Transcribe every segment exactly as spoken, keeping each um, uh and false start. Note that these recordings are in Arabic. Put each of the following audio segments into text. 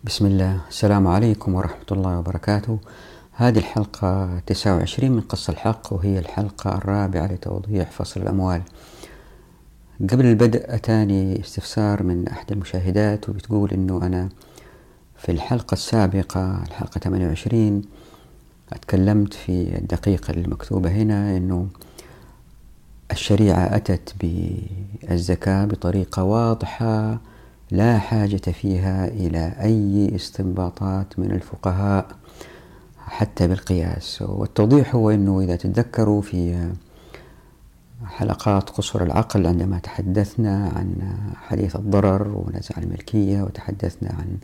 بسم الله. السلام عليكم ورحمة الله وبركاته. هذه الحلقة تسعة وعشرين من قص الحق، وهي الحلقة الرابعة لتوضيح فصل الأموال. قبل البدء أتاني استفسار من أحد المشاهدات وبتقول أنه أنا في الحلقة السابقة الحلقة ثمانية وعشرين أتكلمت في الدقيقة المكتوبة هنا أنه الشريعة أتت بالزكاة بطريقة واضحة لا حاجة فيها إلى أي استنباطات من الفقهاء حتى بالقياس. والتوضيح هو أنه إذا تتذكروا في حلقات قصر العقل عندما تحدثنا عن حديث الضرر ونزع الملكية، وتحدثنا عن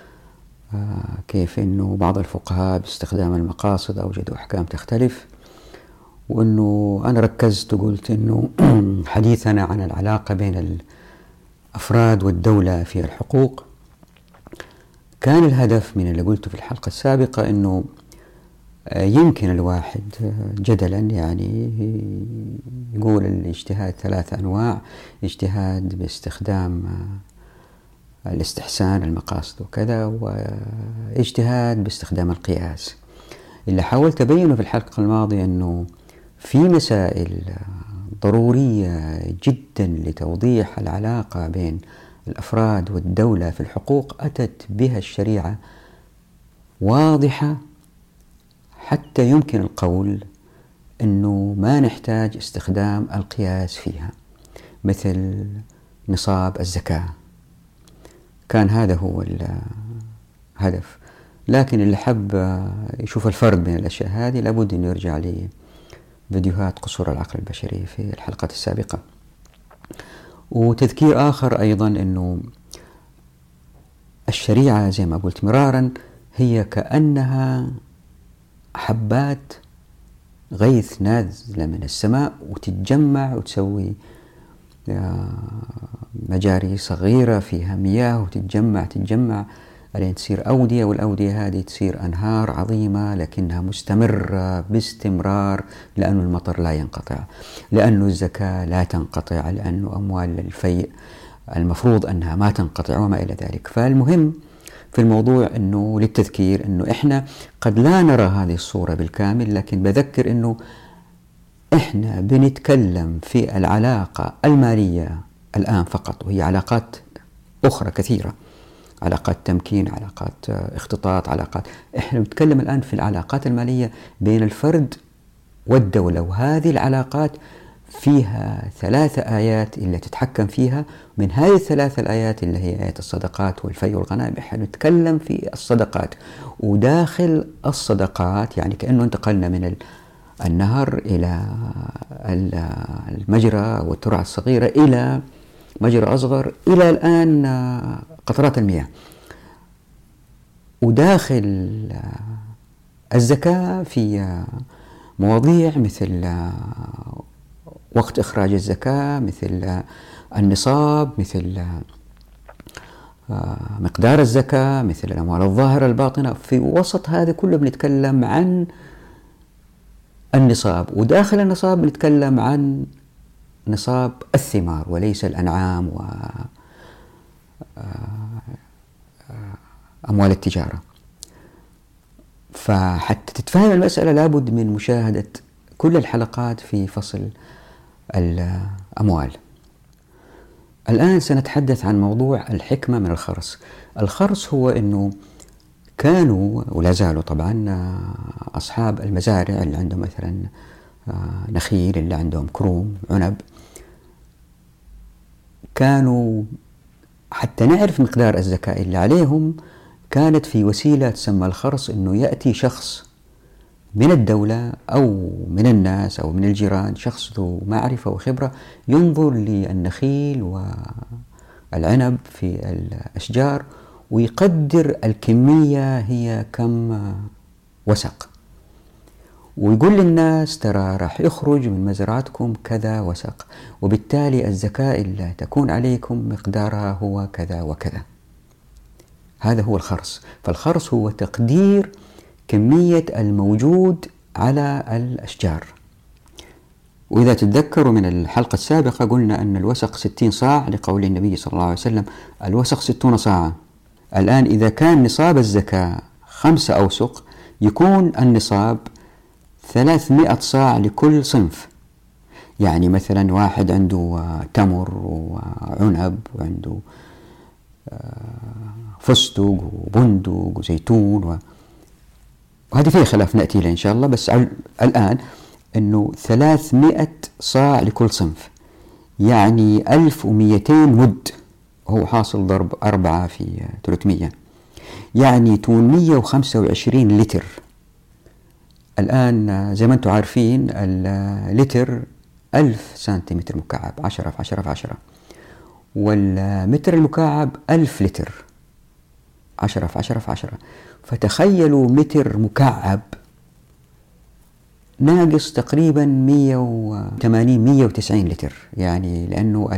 كيف أنه بعض الفقهاء باستخدام المقاصد أوجدوا أحكام تختلف، وأنه أنا ركزت وقلت أنه حديثنا عن العلاقة بين الأفراد والدولة في الحقوق كان الهدف من اللي قلته في الحلقة السابقة أنه يمكن الواحد جدلا يعني يقول الاجتهاد ثلاث أنواع: اجتهاد باستخدام الاستحسان المقاصد وكذا، واجتهاد باستخدام القياس. اللي حاولت أبينه في الحلقة الماضية أنه في مسائل ضرورية جدا لتوضيح العلاقة بين الأفراد والدولة في الحقوق أتت بها الشريعة واضحة حتى يمكن القول أنه ما نحتاج استخدام القياس فيها، مثل نصاب الزكاة. كان هذا هو الهدف، لكن اللي حب يشوف الفرق بين الأشياء هذه لابد أن يرجع لفيديوهات قصور العقل البشري في الحلقة السابقة. وتذكير آخر أيضا أنه الشريعة زي ما قلت مرارا هي كأنها حبات غيث نازلة من السماء وتتجمع وتسوي مجاري صغيرة فيها مياه وتتجمع تتجمع لين تصير أودية، والأودية هذه تصير أنهار عظيمة لكنها مستمرة باستمرار، لأن المطر لا ينقطع، لأن الزكاة لا تنقطع، لأن أموال الفيء المفروض أنها ما تنقطع وما إلى ذلك. فالمهم في الموضوع أنه للتذكير أنه إحنا قد لا نرى هذه الصورة بالكامل، لكن بذكر أنه إحنا بنتكلم في العلاقة المالية الآن فقط، وهي علاقات أخرى كثيرة، علاقات تمكين، علاقات اختطاط، علاقات. إحنا بنتكلم الآن في العلاقات المالية بين الفرد والدولة، وهذه العلاقات فيها ثلاثة آيات اللي تتحكم فيها. من هذه الثلاثة الآيات اللي هي آيات الصدقات والفي والغنائم، إحنا نتكلم في الصدقات، وداخل الصدقات يعني كأنه انتقلنا من النهر إلى المجرى والترعة الصغيرة إلى مجرى أصغر إلى الآن قطرات المياه. وداخل الزكاة في مواضيع مثل وقت إخراج الزكاة، مثل النصاب، مثل مقدار الزكاة، مثل الأموال الظاهرة الباطنة. في وسط هذا كله بنتكلم عن النصاب، وداخل النصاب بنتكلم عن نصاب الثمار وليس الأنعام وأموال التجارة. فحتى تتفهم المسألة لابد من مشاهدة كل الحلقات في فصل الأموال. الآن سنتحدث عن موضوع الحكمة من الخرص. الخرص هو أنه كانوا ولا زالوا طبعا أصحاب المزارع اللي عندهم مثلا نخيل، اللي عندهم كروم عنب، كانوا حتى نعرف مقدار الزكاة اللي عليهم كانت في وسيلة تسمى الخرص، أنه يأتي شخص من الدولة أو من الناس أو من الجيران، شخص ذو معرفة وخبرة، ينظر للنخيل والعنب في الأشجار ويقدر الكمية هي كم وسق، ويقول للناس ترى راح يخرج من مزرعتكم كذا وسق، وبالتالي الزكاة اللي تكون عليكم مقدارها هو كذا وكذا. هذا هو الخرص. فالخرص هو تقدير كمية الموجود على الأشجار. وإذا تتذكروا من الحلقة السابقة قلنا أن الوسق ستين صاع، لقول النبي صلى الله عليه وسلم: الوسق ستون صاعا. الآن إذا كان نصاب الزكاة خمسة أوسق يكون النصاب ثلاثمائة صاع لكل صنف. يعني مثلا واحد عنده تمر وعنب وعنده فستق وبندق وزيتون، وهذه فيها خلاف نأتي له إن شاء الله، بس الآن أنه ثلاثمائة صاع لكل صنف، يعني ألف ومئتين مد، هو حاصل ضرب أربعة في ثلاثمائة، يعني ثمانمائة وخمسة وعشرين لتر. الآن زي ما أنتم عارفين اللتر ألف سنتيمتر مكعب، عشرة في عشرة في عشرة، والمتر المكعب ألف لتر، عشرة في عشرة في عشرة. فتخيلوا متر مكعب ناقص تقريبا مئة وثمانين مئة وتسعين لتر، يعني لأنه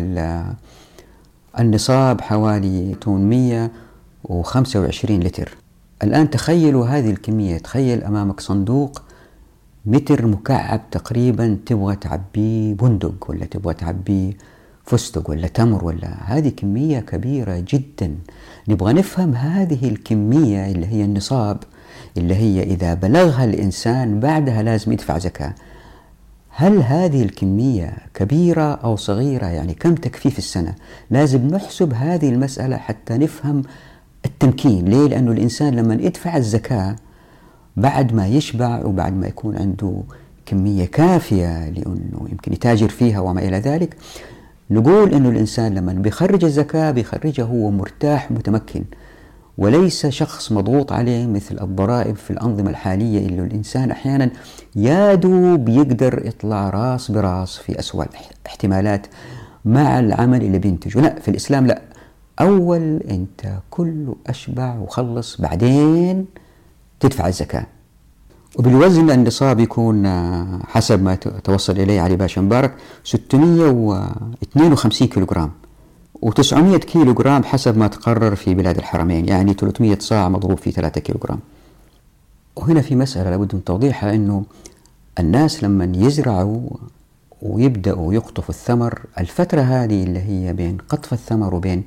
النصاب حوالي ثمانمائة وخمسة وعشرين لتر. الآن تخيلوا هذه الكمية، تخيل أمامك صندوق متر مكعب تقريبا تبغى تعبيه بندق ولا تبغى تعبيه فستق ولا تمر، ولا هذه كمية كبيرة جدا. نبغى نفهم هذه الكمية اللي هي النصاب، اللي هي إذا بلغها الإنسان بعدها لازم يدفع زكاة. هل هذه الكمية كبيرة أو صغيرة؟ يعني كم تكفي في السنة؟ لازم نحسب هذه المسألة حتى نفهم التمكين. ليه؟ لأنه الإنسان لما يدفع الزكاة بعد ما يشبع وبعد ما يكون عنده كمية كافية لأنه يمكن يتاجر فيها وما إلى ذلك، نقول أنه الإنسان لما بيخرج الزكاة بيخرجها هو مرتاح متمكن، وليس شخص مضغوط عليه مثل الضرائب في الأنظمة الحالية، اللي الإنسان أحيانا يادو بيقدر يطلع راس براس في أسوأ احتمالات مع العمل اللي بينتجه. لا، في الإسلام لا، أول أنت كله أشبع وخلص بعدين تدفع الزكاة. وبالوزن النصاب يكون حسب ما توصل إليه علي باشا مبارك ستمائة واثنين وخمسين كيلوغرام وتسعمائة كيلوغرام حسب ما تقرر في بلاد الحرمين، يعني ثلاثمائة صاع مضروب في ثلاثة كيلوغرام. وهنا في مسألة لابد من توضيحها، أنه الناس لما يزرعوا ويبدأوا يقطفوا الثمر، الفترة هذه اللي هي بين قطف الثمر وبين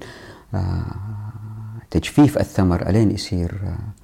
تجفيف الثمر ألين يصير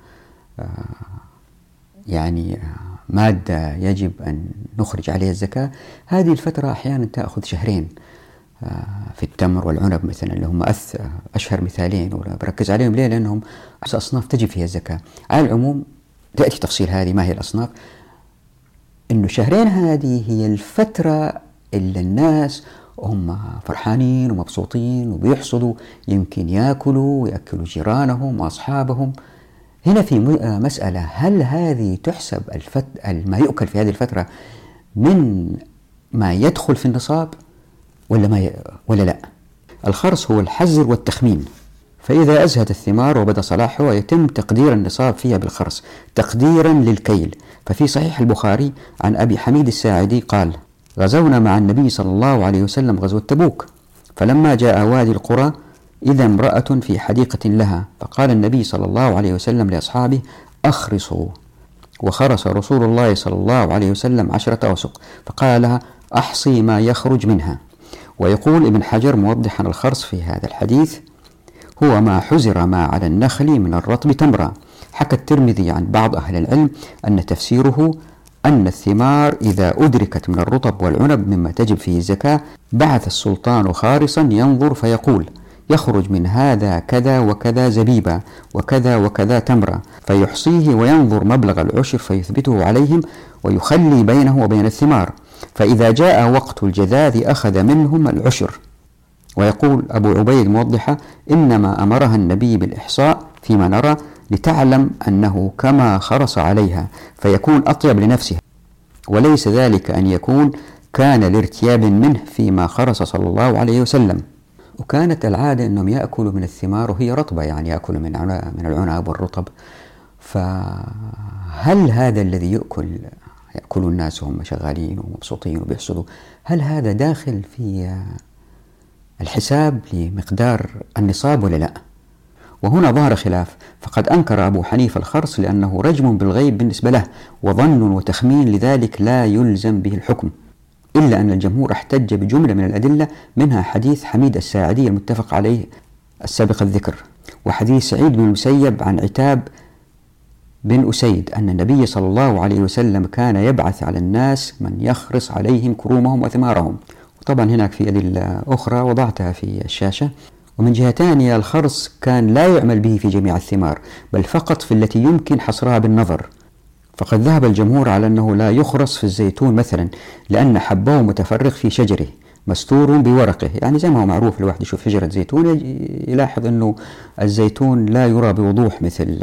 يعني مادة يجب أن نخرج عليها الزكاة، هذه الفترة أحيانا تأخذ شهرين في التمر والعنب مثلا، اللي هم أشهر مثالين ولا بركز عليهم. ليه؟ لأنهم أصناف تجب فيها الزكاة. على العموم تأتي تفصيل هذه ما هي الأصناف، إنه شهرين هذه هي الفترة اللي الناس هم فرحانين ومبسوطين وبيحصدوا، يمكن يأكلوا ويأكلوا جيرانهم وأصحابهم. هنا في مسألة، هل هذه تحسب الفت... ما يؤكل في هذه الفترة من ما يدخل في النصاب ولا ما ي... ولا لا؟ الخرص هو الحزر والتخمين، فإذا أزهت الثمار وبدأ صلاحها يتم تقدير النصاب فيها بالخرص تقديرا للكيل. ففي صحيح البخاري عن أبي حميد الساعدي قال: غزونا مع النبي صلى الله عليه وسلم غزوة تبوك، فلما جاء وادي القرى إذا امرأة في حديقة لها، فقال النبي صلى الله عليه وسلم لأصحابه: أخرصوا. وخرص رسول الله صلى الله عليه وسلم عشرة أوسق، فقال لها: أحصي ما يخرج منها. ويقول ابن حجر موضحا الخرص في هذا الحديث: هو ما حزر ما على النخل من الرطب تمرة. حكى الترمذي عن بعض أهل العلم أن تفسيره أن الثمار إذا أدركت من الرطب والعنب مما تجب فيه الزكاة بعث السلطان خارصا ينظر فيقول: يخرج من هذا كذا وكذا زبيبا وكذا وكذا تمرة، فيحصيه وينظر مبلغ العشر فيثبته عليهم ويخلي بينه وبين الثمار، فإذا جاء وقت الجذاذ أخذ منهم العشر. ويقول أبو عبيد موضحة: إنما أمرها النبي بالإحصاء فيما نرى لتعلم أنه كما خرص عليها فيكون أطيب لنفسها، وليس ذلك أن يكون كان لارتياب منه فيما خرص صلى الله عليه وسلم. وكانت العادة أنهم يأكلوا من الثمار وهي رطبة، يعني يأكلوا من من العنب والرطب. فهل هذا الذي يأكل يأكل الناس وهم شغالين ومبسوطين وبيحصدوا، هل هذا داخل في الحساب لمقدار النصاب ولا لا؟ وهنا ظهر خلاف، فقد أنكر أبو حنيفة الخرص لأنه رجم بالغيب بالنسبة له وظن وتخمين، لذلك لا يلزم به الحكم، إلا أن الجمهور احتج بجملة من الأدلة منها حديث حميد الساعدي المتفق عليه السابق الذكر. وحديث سعيد بن المسيب عن عتاب بن أسيد أن النبي صلى الله عليه وسلم كان يبعث على الناس من يخرص عليهم كرومهم وثمارهم. وطبعا هناك في أدلة أخرى وضعتها في الشاشة. ومن جهة ثانية الخرص كان لا يعمل به في جميع الثمار، بل فقط في التي يمكن حصرها بالنظر. فقد ذهب الجمهور على أنه لا يخرص في الزيتون مثلا، لأن حبه متفرغ في شجره مستور بورقه. يعني زي ما هو معروف، الواحد يشوف شجرة زيتون يلاحظ أنه الزيتون لا يرى بوضوح مثل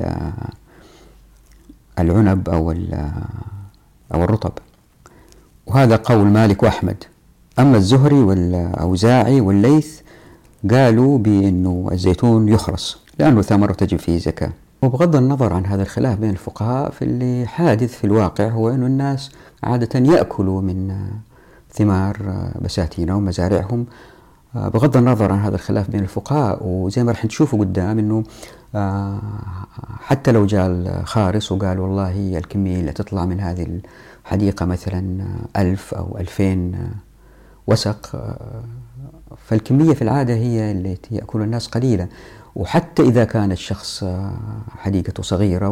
العنب أو أو الرطب. وهذا قول مالك وأحمد. أما الزهري والأوزاعي والليث قالوا بأنه الزيتون يخرص لأنه ثمرة تجب فيه زكاة. وبغض النظر عن هذا الخلاف بين الفقهاء، في اللي حادث في الواقع هو أن الناس عادة يأكلوا من ثمار بساتينهم ومزارعهم، بغض النظر عن هذا الخلاف بين الفقهاء. وزي ما رح نشوفوا قدام أنه حتى لو جاء الخارص وقال والله الكمية اللي تطلع من هذه الحديقة مثلا ألف أو ألفين وسق، فالكمية في العادة هي اللي يأكل الناس قليلة. وحتى إذا كان الشخص حديقته صغيرة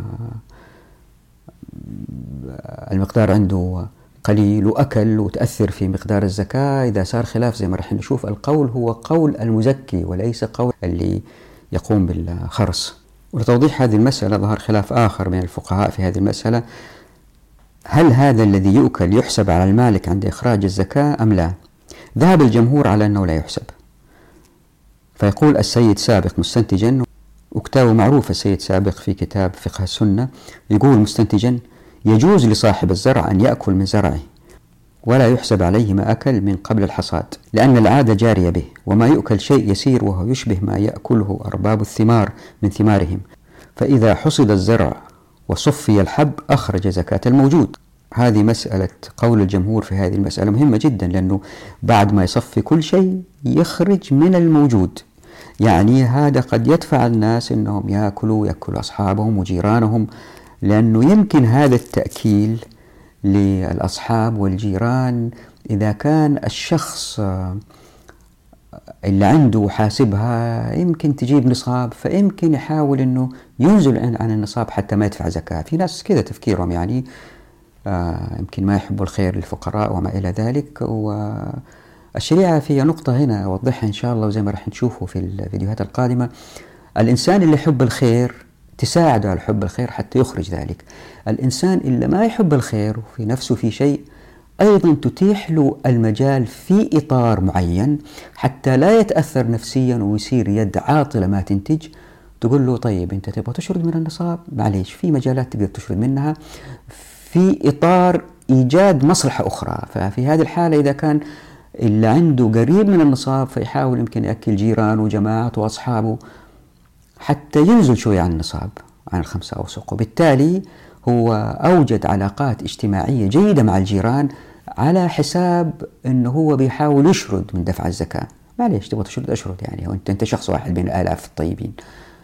والمقدار عنده قليل وأكل وتأثر في مقدار الزكاة، إذا صار خلاف زي ما رح نشوف، القول هو قول المزكي وليس قول اللي يقوم بالخرص. ولتوضيح هذه المسألة ظهر خلاف آخر بين الفقهاء في هذه المسألة: هل هذا الذي يؤكل يحسب على المالك عند إخراج الزكاة أم لا؟ ذهب الجمهور على أنه لا يحسب. فيقول السيد سابق مستنتجا، وكتابه معروف السيد سابق في كتاب فقه السنة، يقول مستنتجا: يجوز لصاحب الزرع أن يأكل من زرعه ولا يحسب عليه ما أكل من قبل الحصاد، لأن العادة جارية به، وما يؤكل شيء يسير وهو يشبه ما يأكله أرباب الثمار من ثمارهم. فإذا حصد الزرع وصفي الحب أخرج زكاة الموجود. هذه مسألة قول الجمهور في هذه المسألة مهمة جدا، لأنه بعد ما يصفي كل شيء يخرج من الموجود. يعني هذا قد يدفع الناس أنهم يأكلوا يأكلوا أصحابهم وجيرانهم، لأنه يمكن هذا التأكيل للأصحاب والجيران إذا كان الشخص اللي عنده حاسبها يمكن تجيب نصاب، فيمكن يحاول أنه ينزل عن النصاب حتى ما يدفع زكاة. في ناس كذا تفكيرهم، يعني آه يمكن ما يحبوا الخير للفقراء وما إلى ذلك. والشريعة فيها نقطة هنا أوضحها إن شاء الله، وزي ما رح نشوفه في الفيديوهات القادمة. الإنسان اللي يحب الخير تساعده على حب الخير حتى يخرج ذلك. الإنسان اللي ما يحب الخير وفي نفسه في شيء، أيضا تتيح له المجال في إطار معين حتى لا يتأثر نفسيا ويصير يد عاطلة ما تنتج. تقول له طيب أنت تبغى تشرد من النصاب، معليش في مجالات تقدر تشرد منها في إطار إيجاد مصلحة أخرى. ففي هذه الحالة إذا كان اللي عنده قريب من النصاب فيحاول يمكن يأكل جيرانه وجماعته وأصحابه حتى ينزل شوية عن النصاب، عن الخمسة أوسق. وبالتالي هو أوجد علاقات اجتماعية جيدة مع الجيران على حساب أنه هو بيحاول يشرد من دفع الزكاة. معليش تبغى تشرد أشرد، يعني وأنت أنت شخص واحد بين الآلاف الطيبين.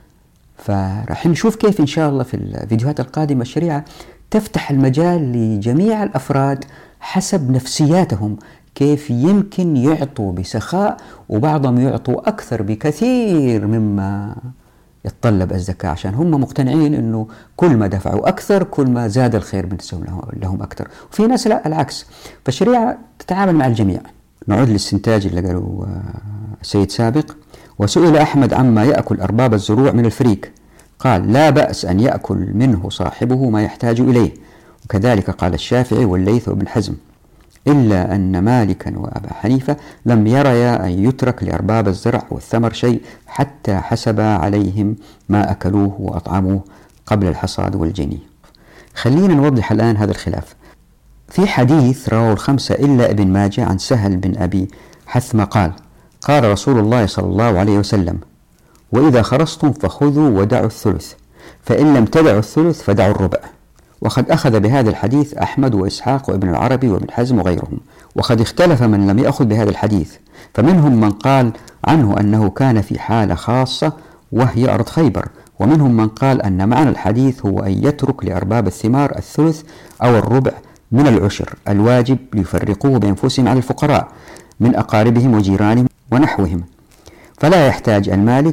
فرح نشوف كيف إن شاء الله في الفيديوهات القادمة الشريعة تفتح المجال لجميع الأفراد حسب نفسياتهم، كيف يمكن يعطوا بسخاء، وبعضهم يعطوا أكثر بكثير مما يتطلب الزكاة، عشان هم مقتنعين أنه كل ما دفعوا أكثر كل ما زاد الخير بالنسبة لهم أكثر. وفي ناس لا، العكس. فالشريعة تتعامل مع الجميع. نعود للاستنتاج اللي قالوا السيد سابق. وسئل أحمد عما يأكل أرباب الزروع من الفريك، قال لا بأس أن يأكل منه صاحبه ما يحتاج إليه، وكذلك قال الشافعي والليث وابن حزم، إلا أن مالكا وأبا حنيفة لم يريا أن يترك لأرباب الزرع والثمر شيء حتى حسب عليهم ما أكلوه وأطعموه قبل الحصاد والجني. خلينا نوضح الآن هذا الخلاف. في حديث رواه الخمسة إلا ابن ماجه عن سهل بن أبي حثمة قال: قال رسول الله صلى الله عليه وسلم: وإذا خرصتم فخذوا ودعوا الثلث، فإن لم تدعوا الثلث فدعوا الربع. وقد أخذ بهذا الحديث أحمد وإسحاق وابن العربي وابن حزم وغيرهم. وقد اختلف من لم يأخذ بهذا الحديث، فمنهم من قال عنه أنه كان في حالة خاصة وهي أرض خيبر، ومنهم من قال أن معنى الحديث هو أن يترك لأرباب الثمار الثلث أو الربع من العشر الواجب ليفرقوه بأنفسهم على الفقراء من أقاربهم وجيرانهم ونحوهم، فلا يحتاج المالك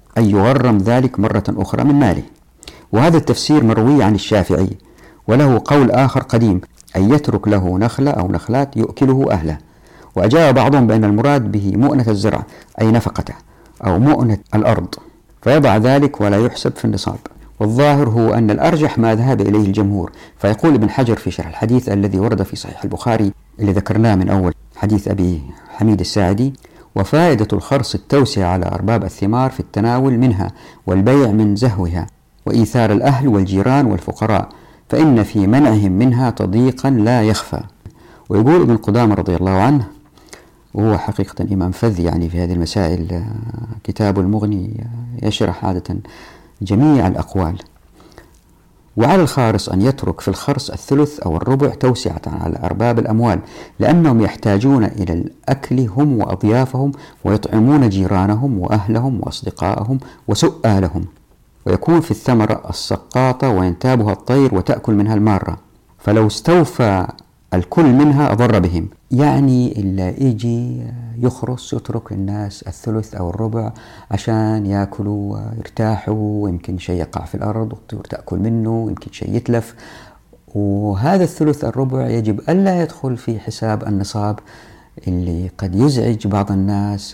أن يغرم ذلك مرة أخرى من ماله. وهذا التفسير مروي عن الشافعي، وله قول آخر قديم أن يترك له نخلة أو نخلات يؤكله أهله. وأجاب بعضهم بأن المراد به مؤنة الزرع أي نفقته أو مؤنة الأرض، فيضع ذلك ولا يحسب في النصاب. والظاهر هو أن الأرجح ما ذهب إليه الجمهور. فيقول ابن حجر في شرح الحديث الذي ورد في صحيح البخاري اللي ذكرناه من أول حديث أبي حميد الساعدي: وفائدة الخرص التوسعة على أرباب الثمار في التناول منها والبيع من زهوها وإيثار الأهل والجيران والفقراء، فإن في منعهم منها تضييقا لا يخفى. ويقول ابن قدامة رضي الله عنه، وهو حقيقة إمام فذ يعني في هذه المسائل، كتاب المغني يشرح عادة جميع الأقوال: وعلى الخارص أن يترك في الخرص الثلث أو الربع توسعة على أرباب الأموال، لأنهم يحتاجون إلى الأكل هم وأضيافهم، ويطعمون جيرانهم وأهلهم وأصدقائهم وسؤالهم، ويكون في الثمرة السقاطة وينتابها الطير وتأكل منها المارة، فلو استوفى الكل منها أضر بهم. يعني إلا يجي يخرص يترك الناس الثلث أو الربع عشان يأكلوا ويرتاحوا، ويمكن شيء يقع في الأرض والطيور تأكل منه، يمكن شيء يتلف. وهذا الثلث الربع يجب ألا يدخل في حساب النصاب اللي قد يزعج بعض الناس،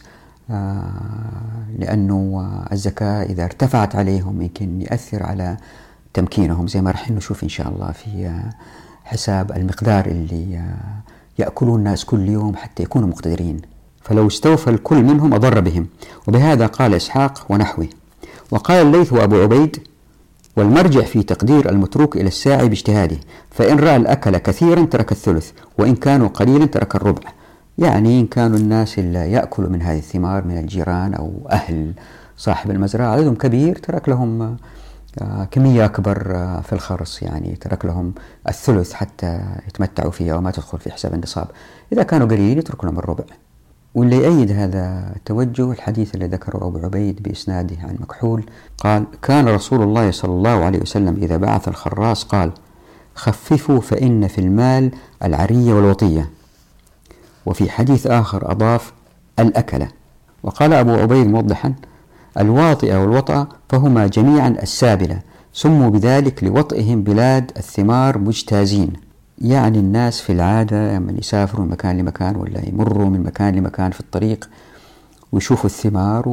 لأنه الزكاة إذا ارتفعت عليهم يمكن يأثر على تمكينهم، زي ما رح نشوف إن شاء الله في حساب المقدار اللي يأكلون الناس كل يوم حتى يكونوا مقتدرين. فلو استوفى الكل منهم أضر بهم. وبهذا قال إسحاق ونحوه. وقال الليث وأبو عبيد: والمرجع في تقدير المتروك إلى الساعي باجتهاده، فإن رأى الأكل كثيرا ترك الثلث، وإن كانوا قليلا ترك الربع. يعني إن كانوا الناس اللي يأكلوا من هذه الثمار من الجيران أو أهل صاحب المزرعة عددهم كبير، ترك لهم كمية أكبر في الخرص، يعني ترك لهم الثلث حتى يتمتعوا فيها وما تدخل في حساب النصاب. إذا كانوا قليلين يترك لهم الربع. واللي يأيد هذا التوجه الحديث اللي ذكره أبو عبيد بإسناده عن مكحول قال: كان رسول الله صلى الله عليه وسلم إذا بعث الخراص قال: خففوا فإن في المال العرية والوطية. وفي حديث آخر أضاف الأكلة. وقال أبو عبيد موضحا: الواطئة والوطأة فهما جميعا السابلة، سموا بذلك لوطئهم بلاد الثمار مجتازين. يعني الناس في العادة من يسافروا من مكان لمكان ولا يمروا من مكان لمكان في الطريق ويشوفوا الثمار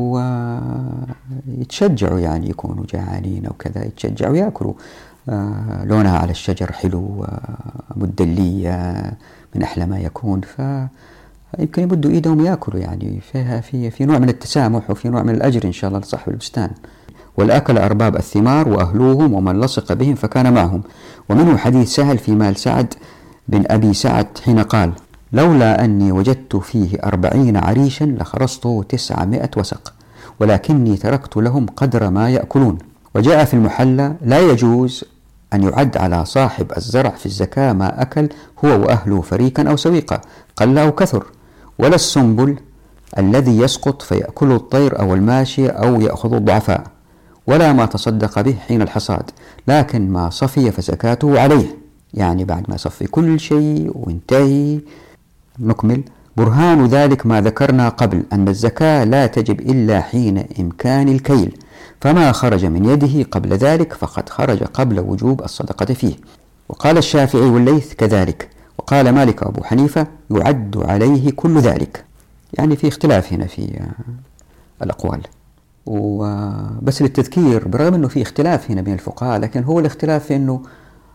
ويتشجعوا، يعني يكونوا جعانين أو كذا يتشجعوا يأكلوا. لونها على الشجر حلو، مدلية من أحلى ما يكون، فيمكن يمدوا إيدهم يأكلوا، يعني فيها في في نوع من التسامح وفي نوع من الأجر إن شاء الله لصاحب البستان. والأكل أرباب الثمار وأهلوهم ومن لصق بهم فكان معهم. ومنه حديث سهل في مال سعد بن أبي سعد حين قال: لولا أني وجدت فيه أربعين عريشا لخرصته تسعمائة وسق، ولكني تركت لهم قدر ما يأكلون. وجاء في المحلى: لا يجوز أن يعد على صاحب الزرع في الزكاة ما أكل هو وأهله فريقا أو سويقا قل أو كثر، ولا السنبل الذي يسقط فيأكله الطير أو الماشية أو يأخذ الضعفاء، ولا ما تصدق به حين الحصاد، لكن ما صفي فزكاته عليه. يعني بعد ما صفي كل شيء وانتهي. نكمل: برهان ذلك ما ذكرنا قبل أن الزكاة لا تجب إلا حين إمكان الكيل، فما خرج من يده قبل ذلك فقد خرج قبل وجوب الصدقة فيه. وقال الشافعي والليث كذلك. وقال مالك وأبو حنيفة: يعد عليه كل ذلك. يعني في اختلاف هنا في الأقوال. وبس للتذكير، برغم أنه في اختلاف هنا بين الفقهاء، لكن هو الاختلاف في أنه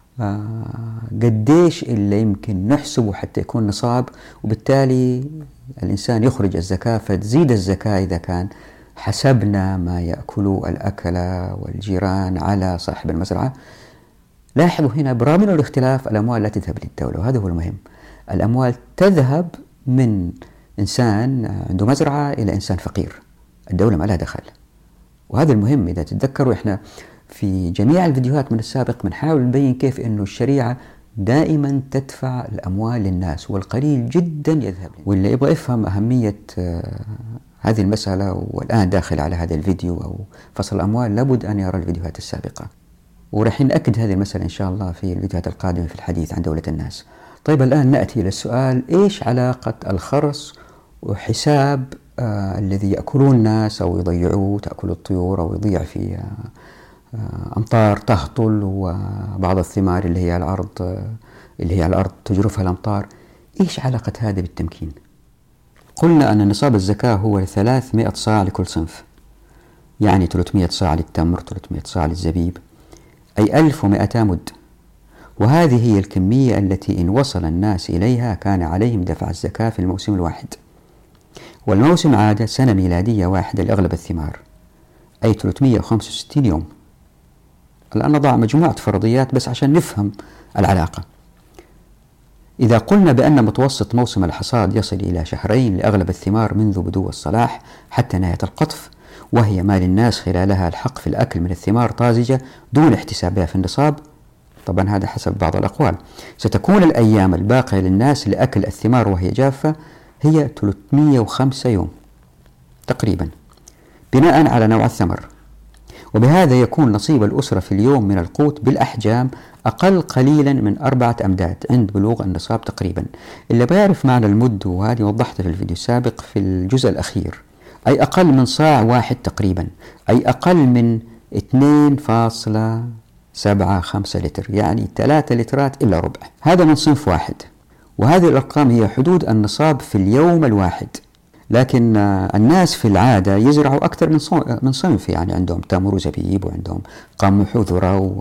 قديش اللي يمكن نحسبه حتى يكون نصاب، وبالتالي الإنسان يخرج الزكاة فتزيد الزكاة إذا كان حسبنا ما يأكل الأكل والجيران على صاحب المزرعة. لاحظوا هنا برغم أنه الاختلاف الأموال لا تذهب للدولة، وهذا هو المهم. الأموال تذهب من إنسان عنده مزرعة إلى إنسان فقير، الدولة ما لها دخل. وهذا المهم. إذا تتذكروا إحنا في جميع الفيديوهات من السابق بنحاول نبين كيف إنه الشريعة دائما تدفع الأموال للناس والقليل جدا يذهب. واللي يبغى يفهم أهمية هذه المسألة والآن داخل على هذا الفيديو أو فصل الأموال لابد أن يرى الفيديوهات السابقة، ورح نأكد هذه المسألة إن شاء الله في الفيديوهات القادمة في الحديث عن دولة الناس. طيب الآن نأتي إلى السؤال: إيش علاقة الخرص وحساب آه الذي يأكلون الناس أو يضيعوه، تأكل الطيور أو يضيع في آه أمطار تهطل، وبعض الثمار اللي هي على الأرض آه اللي هي على الأرض تجرفها الأمطار. إيش علاقة هذا بالتمكين؟ قلنا أن نصاب الزكاة هو ثلاثمائة صاع لكل صنف، يعني ثلاثمائة صاع للتمر، ثلاثمائة صاع للزبيب، أي ألف ومائتي مد. وهذه هي الكمية التي إن وصل الناس إليها كان عليهم دفع الزكاة في الموسم الواحد. والموسم عادة سنة ميلادية واحدة لأغلب الثمار، أي ثلاثمائة وخمسة وستين يوم. الآن نضع مجموعة فرضيات بس عشان نفهم العلاقة. إذا قلنا بأن متوسط موسم الحصاد يصل إلى شهرين لأغلب الثمار منذ بدو الصلاح حتى نهاية القطف، وهي ما للناس خلالها الحق في الأكل من الثمار طازجة دون احتسابها في النصاب، طبعا هذا حسب بعض الأقوال، ستكون الأيام الباقية للناس لأكل الثمار وهي جافة هي ثلاثمائة وخمسة يوم تقريبا، بناء على نوع الثمر. وبهذا يكون نصيب الأسرة في اليوم من القوت بالأحجام أقل قليلا من أربعة أمداد عند بلوغ النصاب تقريبا. اللي بيعرف معنى المد، وهذه وضحتها في الفيديو السابق في الجزء الأخير، أي أقل من صاع واحد تقريبا، أي أقل من اثنين فاصلة سبعة خمسة لتر، يعني ثلاثة لترات إلا ربع. هذا من صنف واحد، وهذه الأرقام هي حدود النصاب في اليوم الواحد. لكن الناس في العادة يزرعوا أكثر من من صنف، يعني عندهم تمر وزبيب وعندهم قمح وذرة و...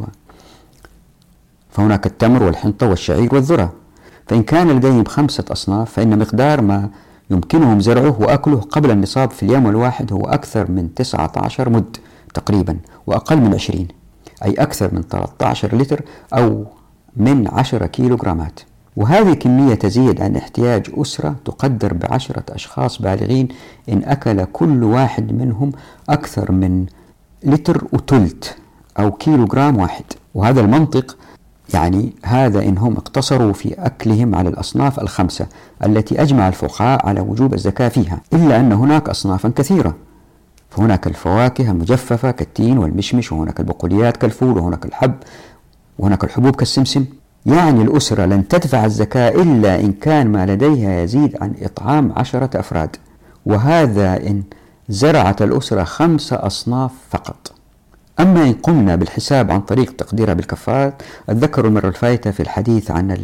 فهناك التمر والحنطة والشعير والذرة. فإن كان لديهم خمسة أصناف فإن مقدار ما يمكنهم زرعه وأكله قبل النصاب في اليوم الواحد هو أكثر من تسعة عشر مد تقريبا، وأقل من عشرين، أي أكثر من ثلاثة عشر لتر أو من عشرة كيلوغرامات. وهذه كمية تزيد عن احتياج أسرة تقدر بعشرة أشخاص بالغين إن أكل كل واحد منهم أكثر من لتر وثلث أو كيلوغرام واحد. وهذا المنطق يعني هذا إنهم اقتصروا في أكلهم على الأصناف الخمسة التي أجمع الفقهاء على وجوب الزكاة فيها، إلا أن هناك أصنافا كثيرة. فهناك الفواكه المجففة كالتين والمشمش، وهناك البقوليات كالفول، وهناك الحب، وهناك الحبوب كالسمسم. يعني الأسرة لن تدفع الزكاة إلا إن كان ما لديها يزيد عن إطعام عشرة أفراد، وهذا إن زرعت الأسرة خمسة أصناف فقط. أما إن قمنا بالحساب عن طريق تقديرها بالكفارات، أتذكر المرة الفائتة في الحديث عن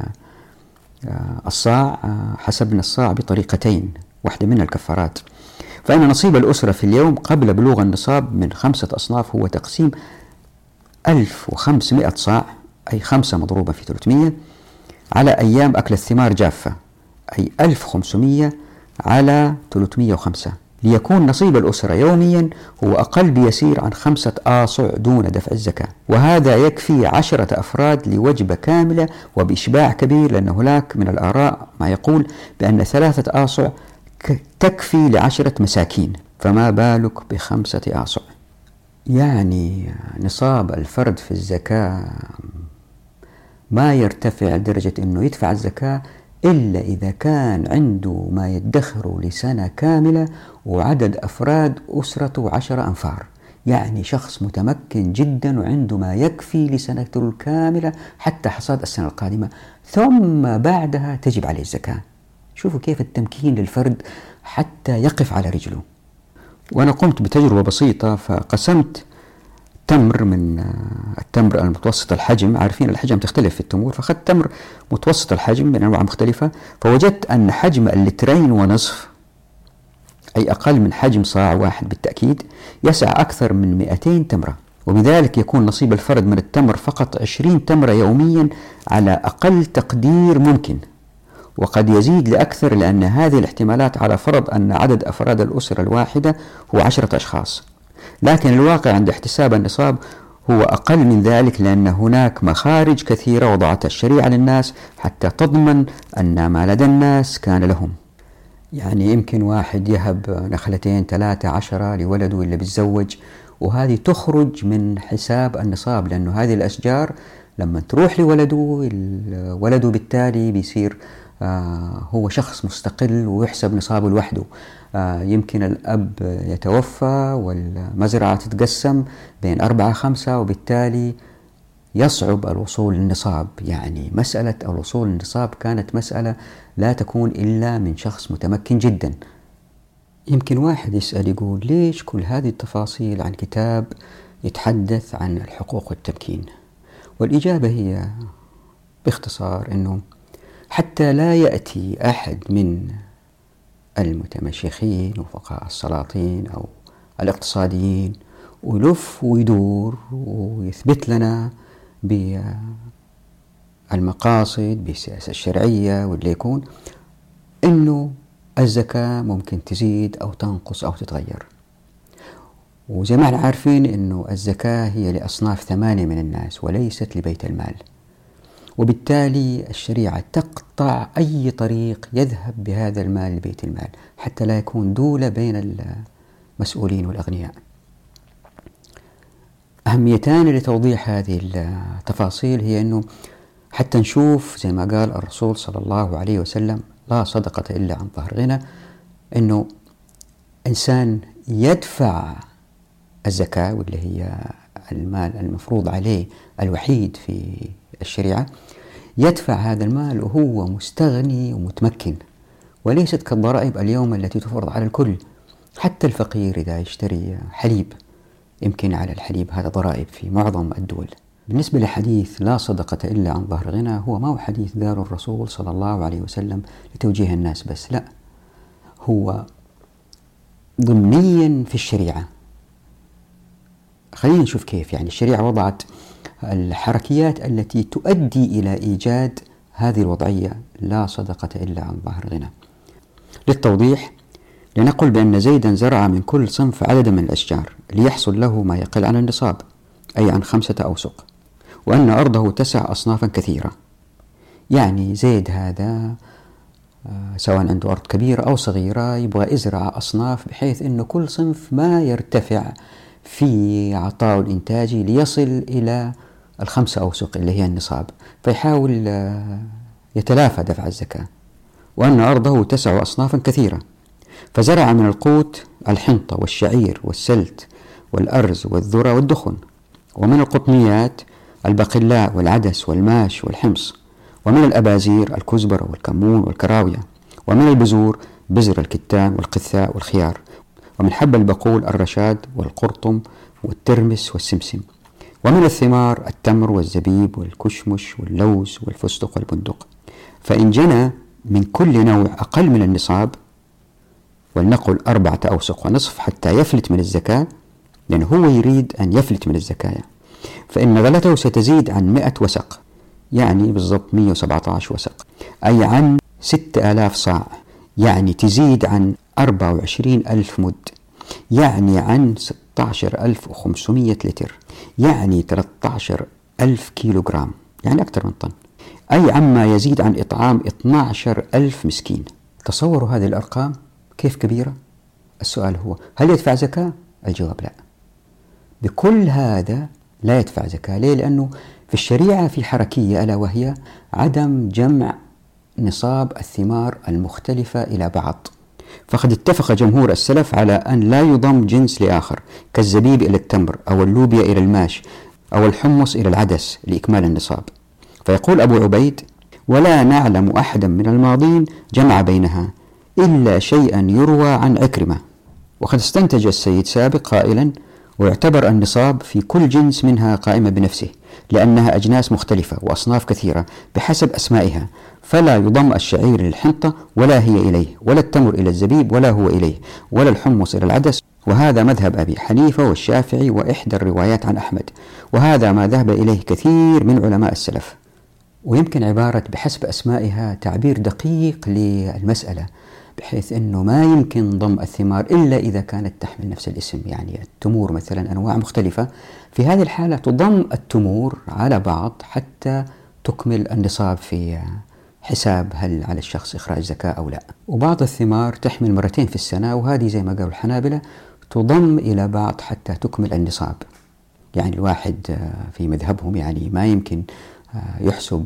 الصاع حسبنا الصاع بطريقتين، واحدة منها الكفارات. فإن نصيب الأسرة في اليوم قبل بلوغ النصاب من خمسة أصناف هو تقسيم ألف وخمسمائة صاع، أي خمسة مضروبة في ثلاثمائة، على أيام أكل الثمار جافة، أي ألف وخمسمائة على ثلاثمائة وخمسة، ليكون نصيب الأسرة يوميا هو أقل بيسير عن خمسة آصع دون دفع الزكاة. وهذا يكفي عشرة أفراد لوجبة كاملة وبإشباع كبير، لأن هناك من الآراء ما يقول بأن ثلاثة آصع تكفي لعشرة مساكين، فما بالك بخمسة آصع. يعني نصاب الفرد في الزكاة ما يرتفع لدرجة أنه يدفع الزكاة إلا إذا كان عنده ما يدخره لسنة كاملة وعدد أفراد أسرته عشرة أنفار، يعني شخص متمكن جدا وعنده ما يكفي لسنته الكاملة حتى حصاد السنة القادمة، ثم بعدها تجب عليه الزكاة. شوفوا كيف التمكين للفرد حتى يقف على رجله. وأنا قمت بتجربة بسيطة، فقسمت تمر من التمر المتوسط الحجم، عارفين الحجم تختلف في التمور، فأخذت تمر متوسط الحجم من أنواع مختلفة، فوجدت أن حجم اللترين ونصف، أي أقل من حجم صاع واحد بالتأكيد، يسع أكثر من مئتين تمرة. وبذلك يكون نصيب الفرد من التمر فقط عشرين تمرة يوميا على أقل تقدير ممكن، وقد يزيد لأكثر، لأن هذه الاحتمالات على فرض أن عدد أفراد الأسرة الواحدة هو عشرة أشخاص. لكن الواقع عند احتساب النصاب هو أقل من ذلك، لأن هناك مخارج كثيرة وضعتها الشريعة للناس حتى تضمن أن ما لدى الناس كان لهم. يعني يمكن واحد يهب نخلتين ثلاثة عشرة لولده اللي بيتزوج، وهذه تخرج من حساب النصاب، لأنه هذه الأشجار لما تروح لولده، ولده بالتالي بيصير آه هو شخص مستقل ويحسب نصابه لوحده. آه يمكن الأب يتوفى والمزرعة تتقسم بين أربعة خمسة، وبالتالي يصعب الوصول للنصاب. يعني مسألة الوصول للنصاب كانت مسألة لا تكون إلا من شخص متمكن جدا. يمكن واحد يسأل يقول ليش كل هذه التفاصيل عن كتاب يتحدث عن الحقوق والتمكين؟ والإجابة هي باختصار أنه حتى لا يأتي أحد من المتمشيخين وفقهاء السلاطين أو الاقتصاديين ويلف ويدور ويثبت لنا بالمقاصد بالسياسة الشرعية واللي يكون أنه الزكاة ممكن تزيد أو تنقص أو تتغير. وزي ما احنا عارفين أنه الزكاة هي لأصناف ثمانية من الناس وليست لبيت المال، وبالتالي الشريعة تقطع أي طريق يذهب بهذا المال لبيت المال حتى لا يكون دولة بين المسؤولين والأغنياء. أهميتان لتوضيح هذه التفاصيل هي أنه حتى نشوف زي ما قال الرسول صلى الله عليه وسلم لا صدقة إلا عن ظهر غنى، أنه إنسان يدفع الزكاة واللي هي المال المفروض عليه الوحيد في الشريعة، يدفع هذا المال وهو مستغني ومتمكن، وليست كالضرائب اليوم التي تفرض على الكل. حتى الفقير إذا يشتري حليب يمكن على الحليب هذا ضرائب في معظم الدول. بالنسبة لحديث لا صدقة إلا عن ظهر غنى، هو ما هو حديث قاله الرسول صلى الله عليه وسلم لتوجيه الناس بس، لا، هو ضمنيا في الشريعة. خلينا نشوف كيف. يعني الشريعة وضعت الحركيات التي تؤدي إلى إيجاد هذه الوضعية لا صدقة إلا عن ظهر غنى. للتوضيح لنقل بأن زيدا زرع من كل صنف عددا من الأشجار ليحصل له ما يقل عن النصاب، أي عن خمسة أوسق، وأن أرضه تسع أصنافا كثيرة. يعني زيد هذا سواء عنده أرض كبيرة أو صغيرة يبغى يزرع أصناف بحيث أنه كل صنف ما يرتفع في عطاء الإنتاجي ليصل إلى الخمسة أوسق اللي هي النصاب، فيحاول يتلافى دفع الزكاة. وأن أرضه تسع أصنافا كثيرة، فزرع من القوت الحنطة والشعير والسلت والأرز والذرة والدخن، ومن القطنيات البقلاء والعدس والماش والحمص، ومن الأبازير الكزبرة والكمون والكراوية، ومن البذور بذر الكتان والقثاء والخيار، ومن حب البقول الرشاد والقرطم والترمس والسمسم، ومن الثمار التمر والزبيب والكشمش واللوز والفستق والبندق. فإن جنى من كل نوع أقل من النصاب، ولنقل أربعة أوسق ونصف حتى يفلت من الزكاة، لأنه هو يريد أن يفلت من الزكاة، فإن غلته ستزيد عن مئة وسق، يعني بالضبط مئة وسبعة عشر وسق، أي عن ستة آلاف صاع، يعني تزيد عن أربعة وعشرين ألف مد، يعني عن ستة عشر ألف وخمسمئة لتر، يعني ثلاثة عشر ألف كيلو جرام، يعني أكثر من طن، أي عما يزيد عن إطعام اثني عشر ألف مسكين. تصوروا هذه الأرقام كيف كبيرة؟ السؤال هو هل يدفع زكاة؟ الجواب لا. بكل هذا لا يدفع زكاة. ليه؟ لأنه في الشريعة في حركية ألا وهي عدم جمع نصاب الثمار المختلفة إلى بعض. فقد اتفق جمهور السلف على أن لا يضم جنس لآخر، كالزبيب إلى التمر أو اللوبيا إلى الماش أو الحمص إلى العدس لإكمال النصاب. فيقول أبو عبيد: ولا نعلم أحدا من الماضين جمع بينها إلا شيئا يروى عن عكرمة. وقد استنتج السيد سابق قائلا: ويعتبر النصاب في كل جنس منها قائمة بنفسه، لأنها أجناس مختلفة وأصناف كثيرة بحسب أسمائها، فلا يضم الشعير للحنطة ولا هي إليه، ولا التمر إلى الزبيب ولا هو إليه، ولا الحمص إلى العدس. وهذا مذهب أبي حنيفة والشافعي وإحدى الروايات عن أحمد، وهذا ما ذهب إليه كثير من علماء السلف. ويمكن عبارة بحسب أسمائها تعبير دقيق للمسألة، بحيث أنه ما يمكن ضم الثمار إلا إذا كانت تحمل نفس الاسم. يعني التمور مثلا أنواع مختلفة، في هذه الحالة تضم التمور على بعض حتى تكمل النصاب في حساب هل على الشخص إخراج زكاة أو لا. وبعض الثمار تحمل مرتين في السنة، وهذه زي ما قالوا الحنابلة تضم إلى بعض حتى تكمل النصاب. يعني الواحد في مذهبهم يعني ما يمكن يحسب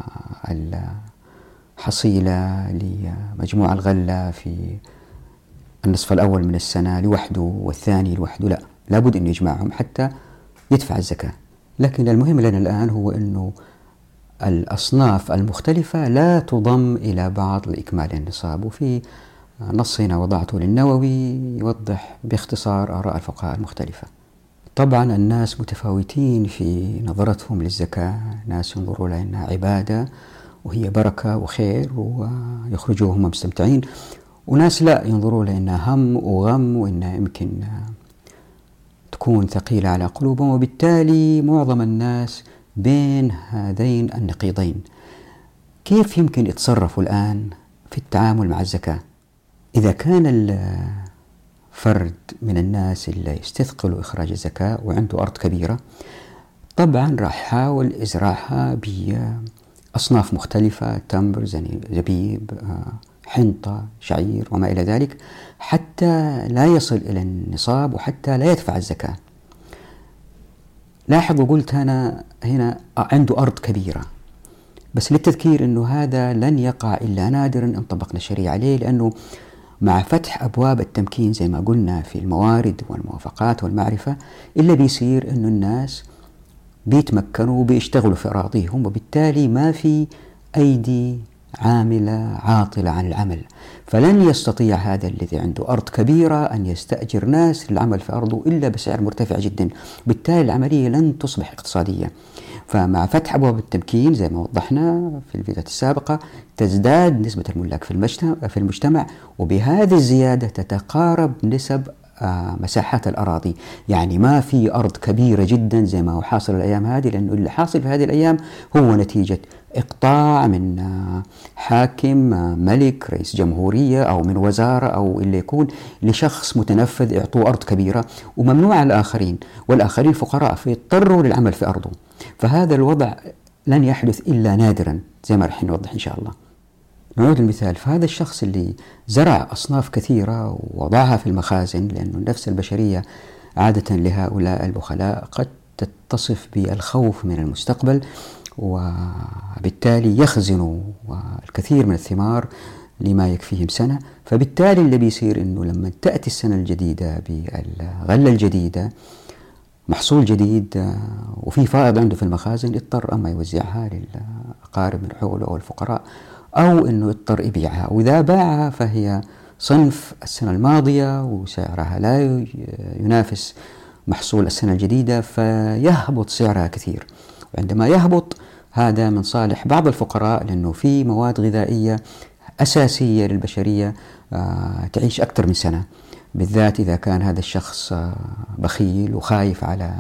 الحصيلة لمجموع الغلة في النصف الأول من السنة لوحده والثاني لوحده، لا، لابد أن يجمعهم حتى يدفع الزكاة. لكن المهم لنا الآن هو أنه الأصناف المختلفة لا تضم إلى بعض لإكمال النصاب. وفي نص هنا وضعته للنووي يوضح باختصار آراء الفقهاء المختلفة. طبعا الناس متفاوتين في نظرتهم للزكاة، ناس ينظروا لها أنها عبادة وهي بركة وخير ويخرجوا هم مستمتعين، وناس لا، ينظروا لها أنها هم وغم وأنها يمكن تكون ثقيلة على قلوبهم، وبالتالي معظم الناس بين هذين النقيضين. كيف يمكن يتصرفوا الآن في التعامل مع الزكاة؟ إذا كان الفرد من الناس اللي يستثقلوا إخراج الزكاة وعنده أرض كبيرة، طبعا راح يحاول إزراعها بأصناف مختلفة، تمر، زبيب، حنطة، شعير وما إلى ذلك، حتى لا يصل إلى النصاب وحتى لا يدفع الزكاة. لاحظوا، قلت أنا هنا عنده أرض كبيرة، بس للتذكير أنه هذا لن يقع إلا نادرا إن طبقنا الشريعة عليه، لأنه مع فتح أبواب التمكين زي ما قلنا في الموارد والموافقات والمعرفة، إلا بيصير أنه الناس بيتمكنوا وبيشتغلوا في أراضيهم، وبالتالي ما في أيدي عاملة عاطلة عن العمل، فلن يستطيع هذا الذي عنده أرض كبيرة أن يستأجر ناس للعمل في أرضه إلا بسعر مرتفع جدا، بالتالي العملية لن تصبح اقتصادية. فمع فتح أبواب التمكين زي ما وضحنا في الفيديوهات السابقة، تزداد نسبة الملاك في المجتمع، وبهذه الزيادة تتقارب نسب مساحات الأراضي. يعني ما في أرض كبيرة جدا زي ما هو حاصل الأيام هذه، لأنه اللي حاصل في هذه الأيام هو نتيجة إقطاع من حاكم، ملك، رئيس جمهورية، أو من وزارة، أو اللي يكون لشخص متنفذ يعطوه أرض كبيرة وممنوع على الآخرين، والآخرين فقراء فيضطروا للعمل في أرضه. فهذا الوضع لن يحدث إلا نادرا زي ما رح نوضح إن شاء الله. نعود المثال، فهذا الشخص اللي زرع أصناف كثيرة ووضعها في المخازن، لأن النفس البشرية عادة لهؤلاء البخلاء قد تتصف بالخوف من المستقبل، وبالتالي يخزنوا الكثير من الثمار لما يكفيهم سنة. فبالتالي اللي بيصير أنه لما تأتي السنة الجديدة بالغلة الجديدة، محصول جديد وفي فائض عنده في المخازن، اضطر أما يوزعها للأقارب من حوله أو الفقراء، أو أنه اضطر يبيعها، وإذا باعها فهي صنف السنة الماضية وسعرها لا ينافس محصول السنة الجديدة، فيهبط سعرها كثير. وعندما يهبط هذا من صالح بعض الفقراء، لأنه في مواد غذائية أساسية للبشرية تعيش أكثر من سنة، بالذات إذا كان هذا الشخص بخيل وخايف على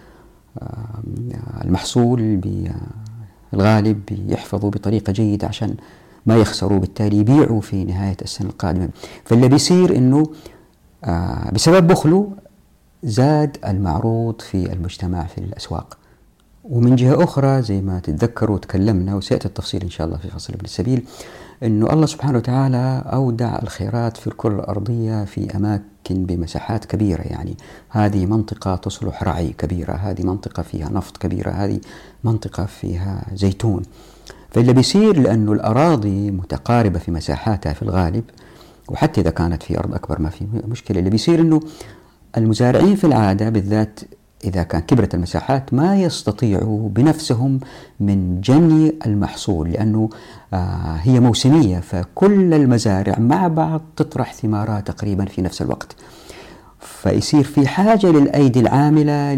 المحصول، بالغالب يحفظوا بطريقة جيدة عشان ما يخسروا، بالتالي يبيعوا في نهاية السنة القادمة. فاللي بيصير إنه بسبب بخله زاد المعروض في المجتمع في الأسواق. ومن جهة أخرى زي ما تتذكروا وتكلمنا وسيأتي التفصيل إن شاء الله في فصل ابن السبيل، أنه الله سبحانه وتعالى أودع الخيرات في الكرة الأرضية في أماكن بمساحات كبيرة. يعني هذه منطقة تصلح رعي كبيرة، هذه منطقة فيها نفط كبيرة، هذه منطقة فيها زيتون. فاللي بيصير لأنه الأراضي متقاربة في مساحاتها في الغالب، وحتى إذا كانت في أرض أكبر ما في مشكلة، اللي بيصير أنه المزارعين في العادة بالذات إذا كان كبرت المساحات ما يستطيعوا بنفسهم من جني المحصول، لأنه آه هي موسمية، فكل المزارع مع بعض تطرح ثمارها تقريبا في نفس الوقت، فيصير في حاجة للأيدي العاملة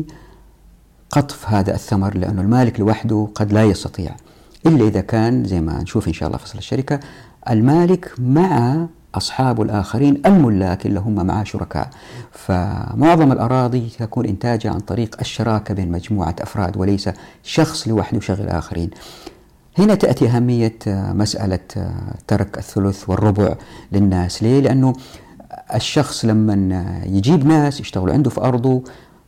لقطف هذا الثمر، لأنه المالك لوحده قد لا يستطيع، إلا إذا كان زي ما نشوف إن شاء الله فصل الشركة المالك مع أصحاب الآخرين الملاك اللي هم معاه شركاء. فمعظم الأراضي تكون إنتاجها عن طريق الشراكة بين مجموعة أفراد وليس شخص لوحده يشغل آخرين. هنا تأتي أهمية مسألة ترك الثلث والربع للناس. ليه؟ لأنه الشخص لما يجيب ناس يشتغلوا عنده في أرضه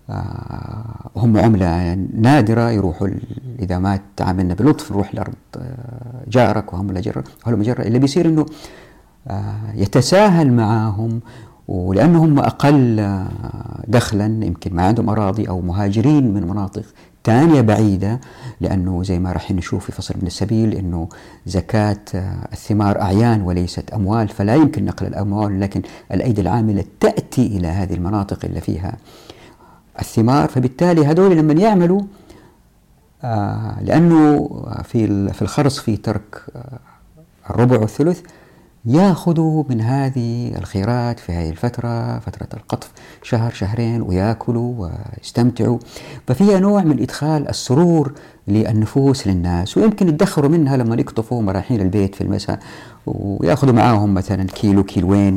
هم عملة نادرة، يروحوا إذا ما تعاملنا بلطف نروح لأرض جارك وهم مجرة، اللي بيصير إنه يتساهل معهم، ولأنهم أقل دخلا يمكن ما عندهم أراضي أو مهاجرين من مناطق تانية بعيدة، لأنه زي ما رح نشوف في فصل ابن السبيل أنه زكاة الثمار أعيان وليست أموال، فلا يمكن نقل الأموال، لكن الأيدي العاملة تأتي إلى هذه المناطق اللي فيها الثمار. فبالتالي هذول لما يعملوا لأنه في في الخرص في ترك الربع والثلث، يأخذوا من هذه الخيرات في هذه الفترة، فترة القطف شهر شهرين، ويأكلوا ويستمتعوا. ففيها نوع من إدخال السرور للنفوس للناس، ويمكن يدخروا منها لما يقطفوا مراحين البيت في المساء ويأخذوا معاهم مثلا كيلو كيلوين،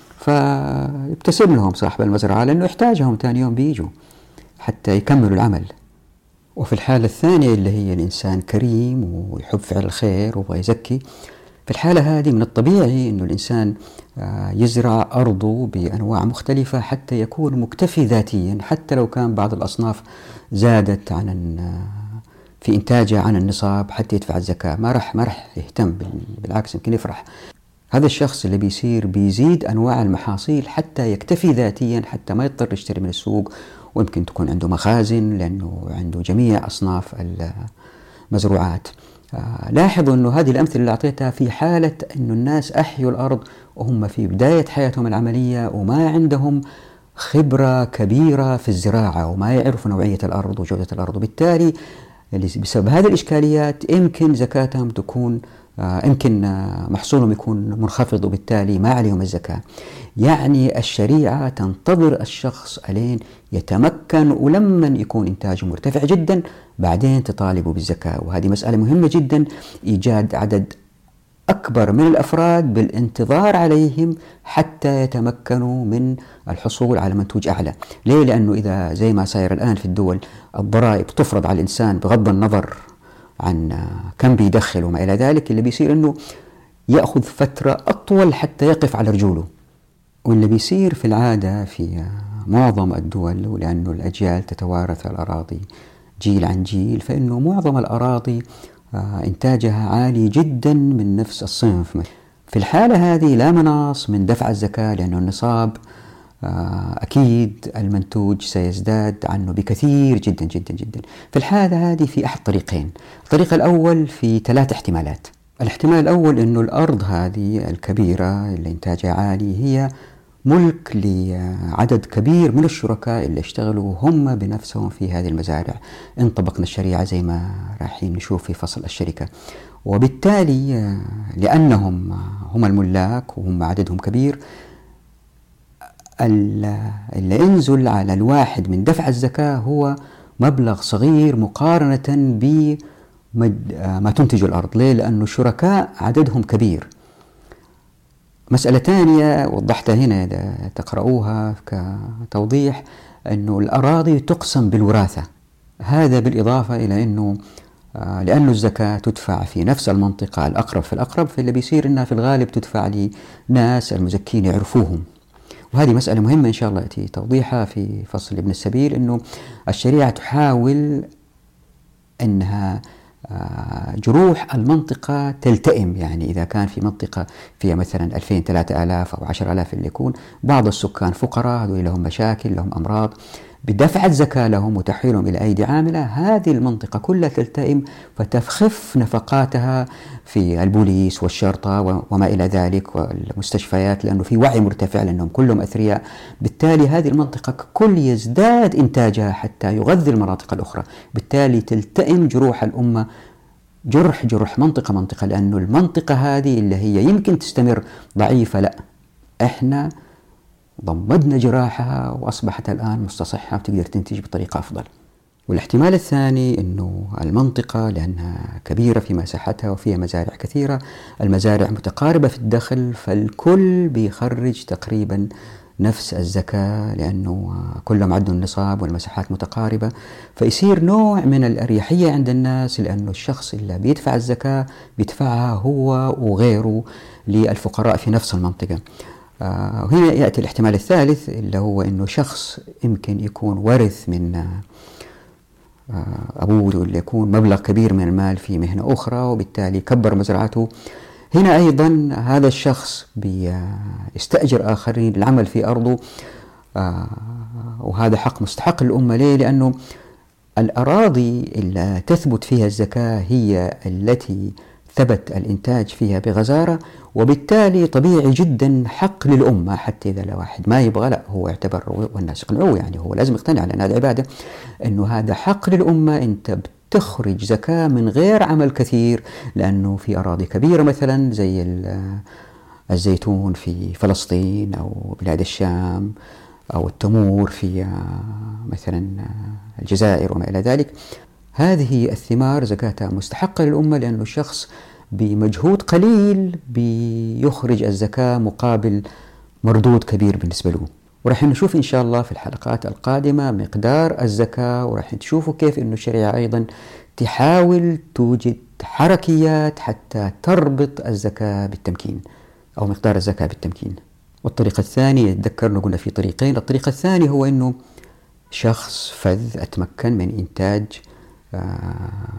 فيبتسم لهم صاحب المزرعة لأنه يحتاجهم ثاني يوم بيجوا حتى يكملوا العمل. وفي الحالة الثانية اللي هي الإنسان كريم ويحب فعل الخير ويبغى يزكي، في الحالة هذه من الطبيعي أنه الإنسان يزرع أرضه بأنواع مختلفة حتى يكون مكتفي ذاتيا، حتى لو كان بعض الأصناف زادت عن في إنتاجها عن النصاب حتى يدفع الزكاة، ما رح ما رح يهتم، بالعكس يمكن يفرح. هذا الشخص اللي بيصير بيزيد أنواع المحاصيل حتى يكتفي ذاتيا، حتى ما يضطر يشتري من السوق، ويمكن تكون عنده مخازن لأنه عنده جميع أصناف المزروعات. آه لاحظوا أنه هذه الأمثلة اللي أعطيتها في حالة أنه الناس أحيوا الأرض وهم في بداية حياتهم العملية وما عندهم خبرة كبيرة في الزراعة وما يعرفوا نوعية الأرض وجودة الأرض، وبالتالي بسبب هذه الإشكاليات يمكن زكاتهم تكون آه يمكن آه محصولهم يكون منخفض، وبالتالي ما عليهم الزكاة. يعني الشريعة تنتظر الشخص ألين يتمكن، ولما يكون إنتاجه مرتفع جدا بعدين تطالبوا بالزكاة. وهذه مسألة مهمة جدا، إيجاد عدد أكبر من الأفراد بالانتظار عليهم حتى يتمكنوا من الحصول على منتوج أعلى. ليه؟ لأنه إذا زي ما صاير الآن في الدول الضرائب تفرض على الإنسان بغض النظر عن كم بيدخل وما إلى ذلك، اللي بيصير أنه يأخذ فترة أطول حتى يقف على رجوله. واللي بيصير في العادة في معظم الدول، ولأنه الأجيال تتوارث الأراضي جيل عن جيل، فإنه معظم الأراضي إنتاجها عالي جدا من نفس الصنف. في الحالة هذه لا مناص من دفع الزكاة، لأنه النصاب أكيد المنتوج سيزداد عنه بكثير جدا جدا جدا. في الحالة هذه في أحد طريقين. الطريق الأول في ثلاث احتمالات. الاحتمال الأول أنه الأرض هذه الكبيرة اللي إنتاجها عالي هي ملك لعدد كبير من الشركاء اللي اشتغلوا هم بنفسهم في هذه المزارع، إن طبقنا الشريعة زي ما رايحين نشوف في فصل الشركة. وبالتالي لأنهم هم الملاك وهم عددهم كبير، اللي ينزل على الواحد من دفع الزكاة هو مبلغ صغير مقارنة بما تنتج الأرض. ليه؟ لأنه الشركاء عددهم كبير. مسألة ثانية وضحتها هنا إذا تقرؤوها كتوضيح، أنه الأراضي تقسم بالوراثة. هذا بالإضافة إلى أنه لأنه الزكاة تدفع في نفس المنطقة الأقرب في الأقرب، فاللي بيصير أنها في الغالب تدفع لناس المزكين يعرفوهم. وهذه مسألة مهمة إن شاء الله يأتي توضيحها في فصل ابن السبيل، أنه الشريعة تحاول أنها جروح المنطقة تلتئم. يعني إذا كان في منطقة فيها مثلا ألفين ثلاثة آلاف أو عشر آلاف اللي يكون بعض السكان فقراء، هذول لهم مشاكل لهم أمراض، بدفع الزكاة لهم وتحويلهم إلى أيدي عاملة هذه المنطقة كلها تلتئم، فتخف نفقاتها في البوليس والشرطة وما إلى ذلك والمستشفيات، لأنه في وعي مرتفع لأنهم كلهم أثرياء. بالتالي هذه المنطقة كل يزداد إنتاجها حتى يغذي المناطق الأخرى، بالتالي تلتئم جروح الأمة جرح جرح منطقة منطقة، لأنه المنطقة هذه اللي هي يمكن تستمر ضعيفة، لا إحنا ضمدنا جراحها وأصبحت الآن مستصحة وتقدر تنتج بطريقة أفضل. والاحتمال الثاني أنه المنطقة لأنها كبيرة في مساحتها وفيها مزارع كثيرة، المزارع متقاربة في الدخل، فالكل بيخرج تقريبا نفس الزكاة لأنه كلهم عدوا النصاب والمساحات متقاربة، فيصير نوع من الأريحية عند الناس، لأنه الشخص اللي بيدفع الزكاة بيدفعها هو وغيره للفقراء في نفس المنطقة. آه وهنا يأتي الاحتمال الثالث اللي هو أنه شخص يمكن يكون ورث من آه أبوه، اللي يكون مبلغ كبير من المال في مهنة أخرى وبالتالي كبر مزرعته. هنا أيضا هذا الشخص بيستأجر آخرين للعمل في أرضه، آه وهذا حق مستحق للأمة. ليه؟ لأنه الأراضي اللي تثبت فيها الزكاة هي التي ثبت الإنتاج فيها بغزارة، وبالتالي طبيعي جدا حق للأمة، حتى إذا واحد ما يبغى لا هو يعتبر والناس يقنعوه، يعني هو لازم يقتنع لأن هذا عبادة، أنه هذا حق للأمة. أنت بتخرج زكاة من غير عمل كثير، لأنه في أراضي كبيرة مثلا زي الزيتون في فلسطين أو بلاد الشام، أو التمور في مثلا الجزائر وما إلى ذلك. هذه الثمار زكاتها مستحقة للأمة، لأن الشخص بمجهود قليل بيخرج الزكاة مقابل مردود كبير بالنسبة له. ورح نشوف إن شاء الله في الحلقات القادمة مقدار الزكاة، ورح تشوفوا كيف أن الشريعة أيضا تحاول توجد حركيات حتى تربط الزكاة بالتمكين أو مقدار الزكاة بالتمكين. والطريقة الثانية، تذكرنا قلنا في طريقين. الطريقة الثانية هو أنه شخص فذ أتمكن من إنتاج آه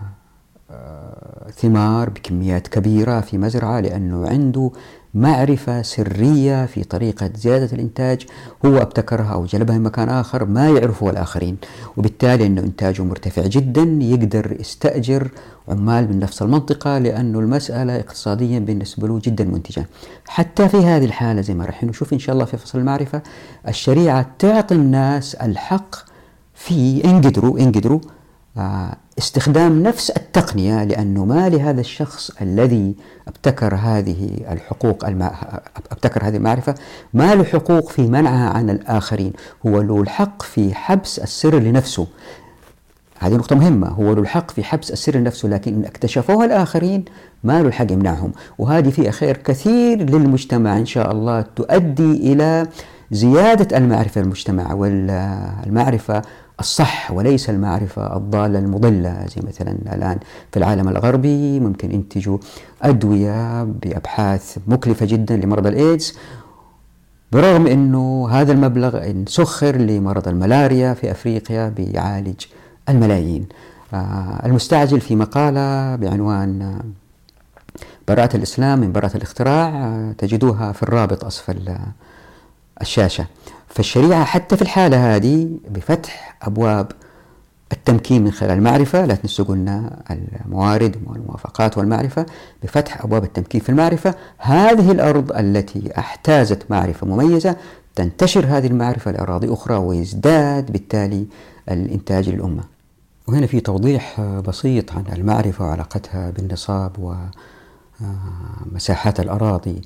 آه ثمار بكميات كبيرة في مزرعة، لأنه عنده معرفة سرية في طريقة زيادة الإنتاج، هو ابتكرها أو جلبها من مكان آخر ما يعرفه الآخرين، وبالتالي أنه إنتاجه مرتفع جدا، يقدر يستأجر عمال من نفس المنطقة، لأنه المسألة اقتصاديا بالنسبة له جدا منتجة. حتى في هذه الحالة زي ما رح نشوف إن شاء الله في فصل المعرفة، الشريعة تعطي الناس الحق في إن قدروا إن قدروا استخدام نفس التقنية، لأنه ما لهذا الشخص الذي ابتكر هذه الحقوق المع... ابتكر هذه المعرفة ما له حقوق في منعها عن الآخرين، هو له الحق في حبس السر لنفسه. هذه نقطة مهمة، هو له الحق في حبس السر لنفسه، لكن إن اكتشفوها الآخرين ما له الحق يمنعهم. وهذه فيها خير كثير للمجتمع إن شاء الله، تؤدي إلى زيادة المعرفة للمجتمع، والمعرفة الصح وليس المعرفة الضالة المضلة. زي مثلا الآن في العالم الغربي ممكن ينتجوا أدوية بأبحاث مكلفة جدا لمرضى الإيدز، برغم أنه هذا المبلغ إن سخر لمرض الملاريا في أفريقيا بيعالج الملايين. آه المستعجل في مقالة بعنوان براءة الإسلام من براءة الاختراع، آه تجدوها في الرابط أسفل الشاشة. فالشريعة حتى في الحالة هذه بفتح أبواب التمكين من خلال المعرفة، لا تنسوا قلنا الموارد والموافقات والمعرفة، بفتح أبواب التمكين في المعرفة. هذه الأرض التي احتازت معرفة مميزة تنتشر هذه المعرفة لأراضي أخرى، ويزداد بالتالي الإنتاج للأمة. وهنا في توضيح بسيط عن المعرفة وعلاقتها بالنصاب ومساحات الأراضي،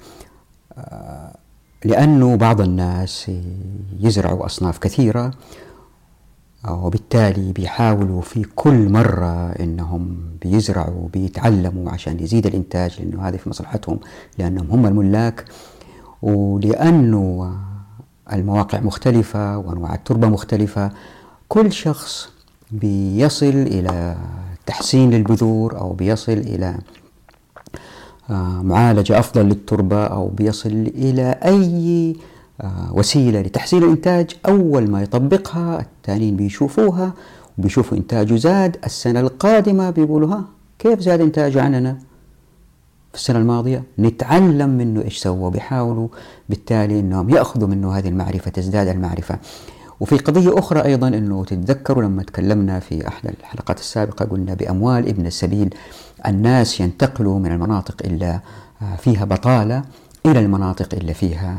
لأنه بعض الناس يزرعوا أصناف كثيرة، وبالتالي بيحاولوا في كل مرة إنهم بيزرعوا بيتعلموا عشان يزيد الإنتاج، لأنه هذا في مصلحتهم، لأنهم هم الملاك، ولأنه المواقع مختلفة وأنواع التربة مختلفة. كل شخص بيصل إلى تحسين للبذور، أو بيصل إلى معالجة أفضل للتربة، أو بيصل إلى أي وسيلة لتحسين الإنتاج. أول ما يطبقها التانيين بيشوفوها وبيشوفوا إنتاجه زاد، السنة القادمة بيقولوا ها كيف زاد إنتاجه عننا في السنة الماضية، نتعلم منه إيش سوى، بيحاولوا بالتالي أنهم يأخذوا منه هذه المعرفة، تزداد المعرفة. وفي قضية أخرى أيضا، أنه تتذكروا لما تكلمنا في أحد الحلقات السابقة قلنا بأموال ابن السبيل الناس ينتقلوا من المناطق اللي فيها بطالة إلى المناطق اللي فيها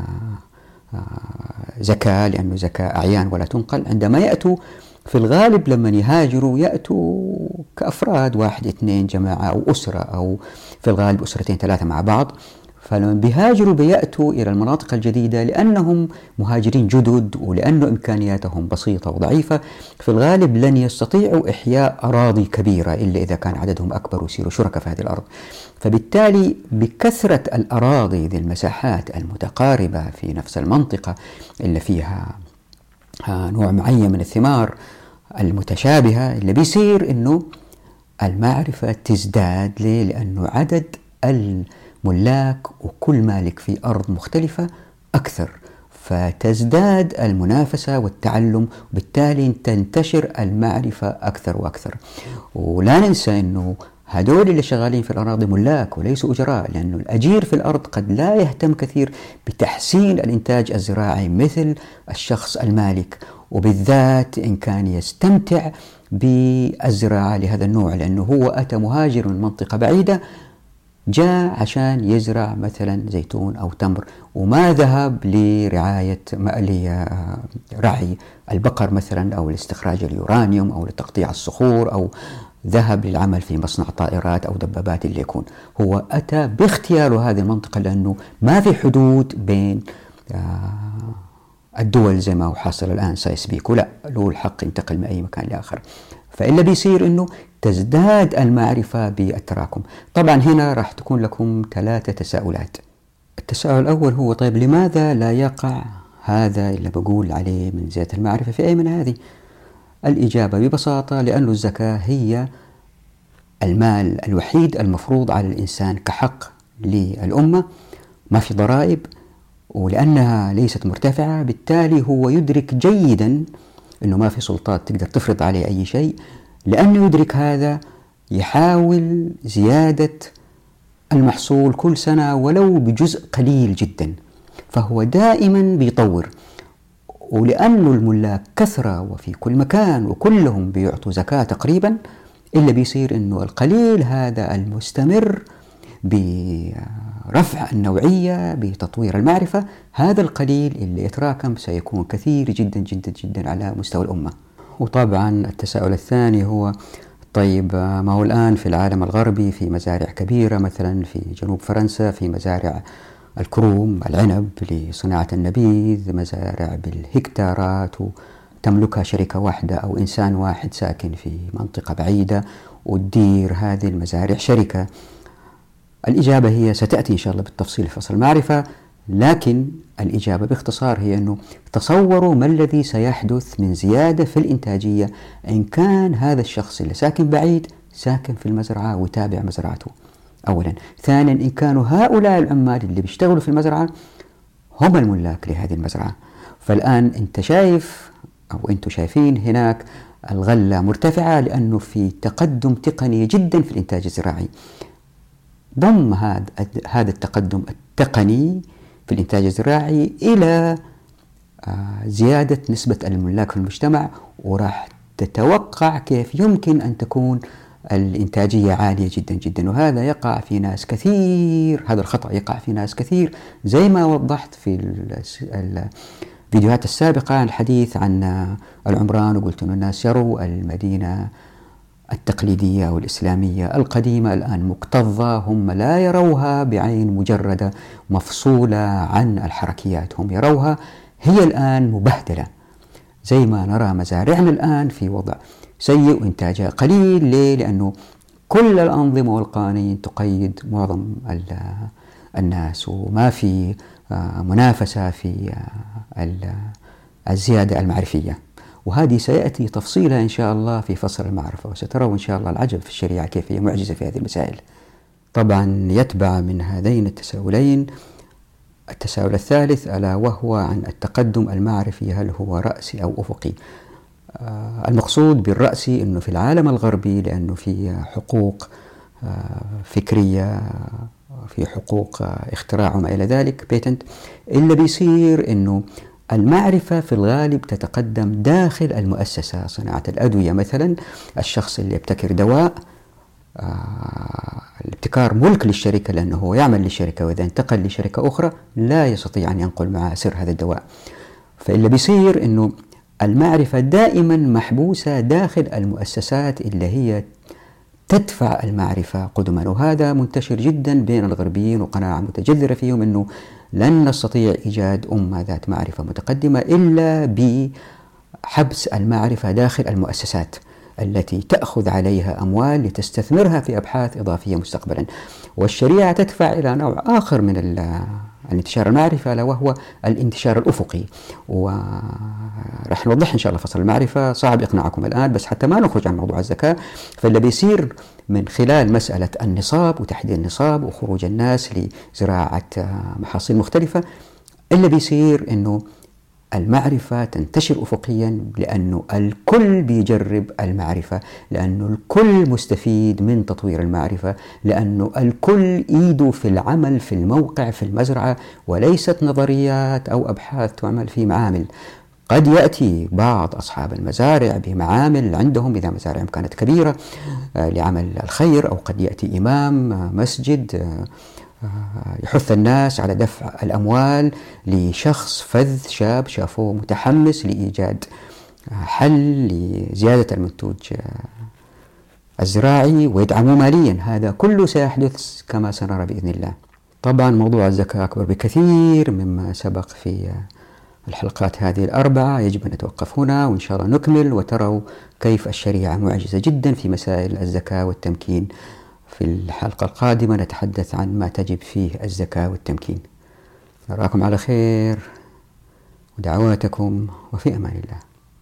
زكاة، لأنه زكاة أعيان ولا تنقل. عندما يأتوا في الغالب لما يهاجروا يأتوا كأفراد، واحد اثنين جماعة أو أسرة، أو في الغالب أسرتين ثلاثة مع بعض. فلما بيهاجروا بيأتوا إلى المناطق الجديدة لأنهم مهاجرين جدد، ولأنه إمكانياتهم بسيطة وضعيفة، في الغالب لن يستطيعوا إحياء أراضي كبيرة إلا إذا كان عددهم أكبر ويصيروا شركاء في هذه الأرض. فبالتالي بكثرة الأراضي ذي المساحات المتقاربة في نفس المنطقة اللي فيها نوع معين من الثمار المتشابهة، اللي بيصير إنه المعرفة تزداد. ليه؟ لأنه عدد الملاك وكل مالك في أرض مختلفة أكثر، فتزداد المنافسة والتعلم، وبالتالي تنتشر المعرفة أكثر وأكثر. ولا ننسى أنه هدول اللي شغالين في الأراضي ملاك وليسوا أجراء، لأنه الأجير في الأرض قد لا يهتم كثير بتحسين الإنتاج الزراعي مثل الشخص المالك، وبالذات إن كان يستمتع بالزراعة لهذا النوع، لأنه هو أتى مهاجر من منطقة بعيدة، جاء عشان يزرع مثلا زيتون أو تمر، وما ذهب لرعاية لرعي البقر مثلا، أو لاستخراج اليورانيوم، أو لتقطيع الصخور، أو ذهب للعمل في مصنع طائرات أو دبابات اللي يكون. هو أتى باختياره هذه المنطقة لأنه ما في حدود بين الدول زي ما هو حاصل الآن سايس بيكو، لا، له الحق ينتقل من أي مكان لآخر. فإلا بيصير أنه تزداد المعرفة بالتراكم. طبعا هنا راح تكون لكم ثلاثة تساؤلات. التساؤل الأول هو طيب لماذا لا يقع هذا اللي بقول عليه من زيادة المعرفة في أي من هذه؟ الإجابة ببساطة لأن الزكاة هي المال الوحيد المفروض على الإنسان كحق للأمة، ما في ضرائب، ولأنها ليست مرتفعة بالتالي هو يدرك جيدا أنه ما في سلطات تقدر تفرض عليه أي شيء. لأنه يدرك هذا يحاول زيادة المحصول كل سنة ولو بجزء قليل جدا، فهو دائما بيطور. ولأنه الملاك كثرة وفي كل مكان وكلهم بيعطوا زكاة تقريبا، إلا بيصير أنه القليل هذا المستمر برفع النوعية بتطوير المعرفة، هذا القليل اللي يتراكم سيكون كثير جدا جدا جدا على مستوى الأمة. وطبعا التساؤل الثاني هو طيب ما هو الآن في العالم الغربي في مزارع كبيرة، مثلا في جنوب فرنسا في مزارع الكروم العنب لصناعة النبيذ، مزارع بالهكتارات وتملكها شركة واحدة أو إنسان واحد ساكن في منطقة بعيدة وتدير هذه المزارع شركة. الإجابة هي ستأتي إن شاء الله بالتفصيل في فصل المعرفة، لكن الإجابة باختصار هي أنه تصوروا ما الذي سيحدث من زيادة في الإنتاجية إن كان هذا الشخص اللي ساكن بعيد ساكن في المزرعة ويتابع مزرعته أولا. ثانيا إن كانوا هؤلاء العمال اللي بيشتغلوا في المزرعة هم الملاك لهذه المزرعة. فالآن أنت شايف أو أنتم شايفين هناك الغلة مرتفعة لأنه في تقدم تقني جدا في الإنتاج الزراعي. ضم هذا التقدم التقني في الإنتاج الزراعي إلى زيادة نسبة الملاك في المجتمع، وراح تتوقع كيف يمكن أن تكون الإنتاجية عالية جدا جدا. وهذا يقع في ناس كثير، هذا الخطأ يقع في ناس كثير زي ما وضحت في الفيديوهات السابقة عن الحديث عن العمران، وقلت أن الناس يروا المدينة التقليدية أو الإسلامية القديمة الآن مكتظة، هم لا يروها بعين مجردة مفصولة عن الحركيات، هم يروها هي الآن مبهدلة زي ما نرى مزارعنا الآن في وضع سيء وإنتاجها قليل. ليه؟ لأنه كل الأنظمة والقوانين تقيد معظم الناس وما في منافسة في الزيادة المعرفية. وهذه سيأتي تفصيلها إن شاء الله في فصل المعرفة، وسترون إن شاء الله العجب في الشريعة كيف هي معجزة في هذه المسائل. طبعا يتبع من هذين التساؤلين التساؤل الثالث ألا وهو عن التقدم المعرفي، هل هو رأسي أو أفقي؟ آه المقصود بالرأسي أنه في العالم الغربي لأنه في حقوق آه فكرية، في حقوق آه اختراع وما إلى ذلك بيتنت، إلا بيصير أنه المعرفة في الغالب تتقدم داخل المؤسسة. صناعة الأدوية مثلا، الشخص اللي يبتكر دواء آه الابتكار ملك للشركة لأنه هو يعمل للشركة، وإذا انتقل لشركة أخرى لا يستطيع أن ينقل معها سر هذا الدواء. فإلا بيصير أنه المعرفة دائما محبوسة داخل المؤسسات اللي هي تدفع المعرفة قدما، وهذا منتشر جدا بين الغربيين وقناعة متجذرة فيهم أنه لن نستطيع إيجاد أمة ذات معرفة متقدمة إلا بحبس المعرفة داخل المؤسسات التي تأخذ عليها أموال لتستثمرها في أبحاث إضافية مستقبلا. والشريعة تدفع إلى نوع آخر من الانتشار المعرفة، لا وهو الانتشار الأفقي، ورح نوضح إن شاء الله فصل المعرفة، صعب إقناعكم الآن بس حتى ما نخرج عن موضوع الزكاة. فاللي بيصير من خلال مسألة النصاب وتحديد النصاب وخروج الناس لزراعة محاصيل مختلفة، اللي بيصير إنه المعرفة تنتشر أفقيا، لأنه الكل بيجرب المعرفة، لأنه الكل مستفيد من تطوير المعرفة، لأنه الكل إيده في العمل في الموقع في المزرعة، وليست نظريات أو أبحاث تعمل في معامل. قد يأتي بعض أصحاب المزارع بمعامل عندهم إذا مزارعهم كانت كبيرة لعمل الخير، أو قد يأتي إمام مسجد يحث الناس على دفع الأموال لشخص فذ شاب شافوه متحمس لإيجاد حل لزيادة المنتوج الزراعي ويدعموا ماليا. هذا كله سيحدث كما سنرى بإذن الله. طبعا موضوع الزكاة أكبر بكثير مما سبق في الحلقات هذه الأربعة، يجب أن نتوقف هنا وإن شاء الله نكمل وتروا كيف الشريعة معجزة جدا في مسائل الزكاة والتمكين. في الحلقة القادمة نتحدث عن ما تجب فيه الزكاة والتمكين. نراكم على خير ودعواتكم وفي أمان الله.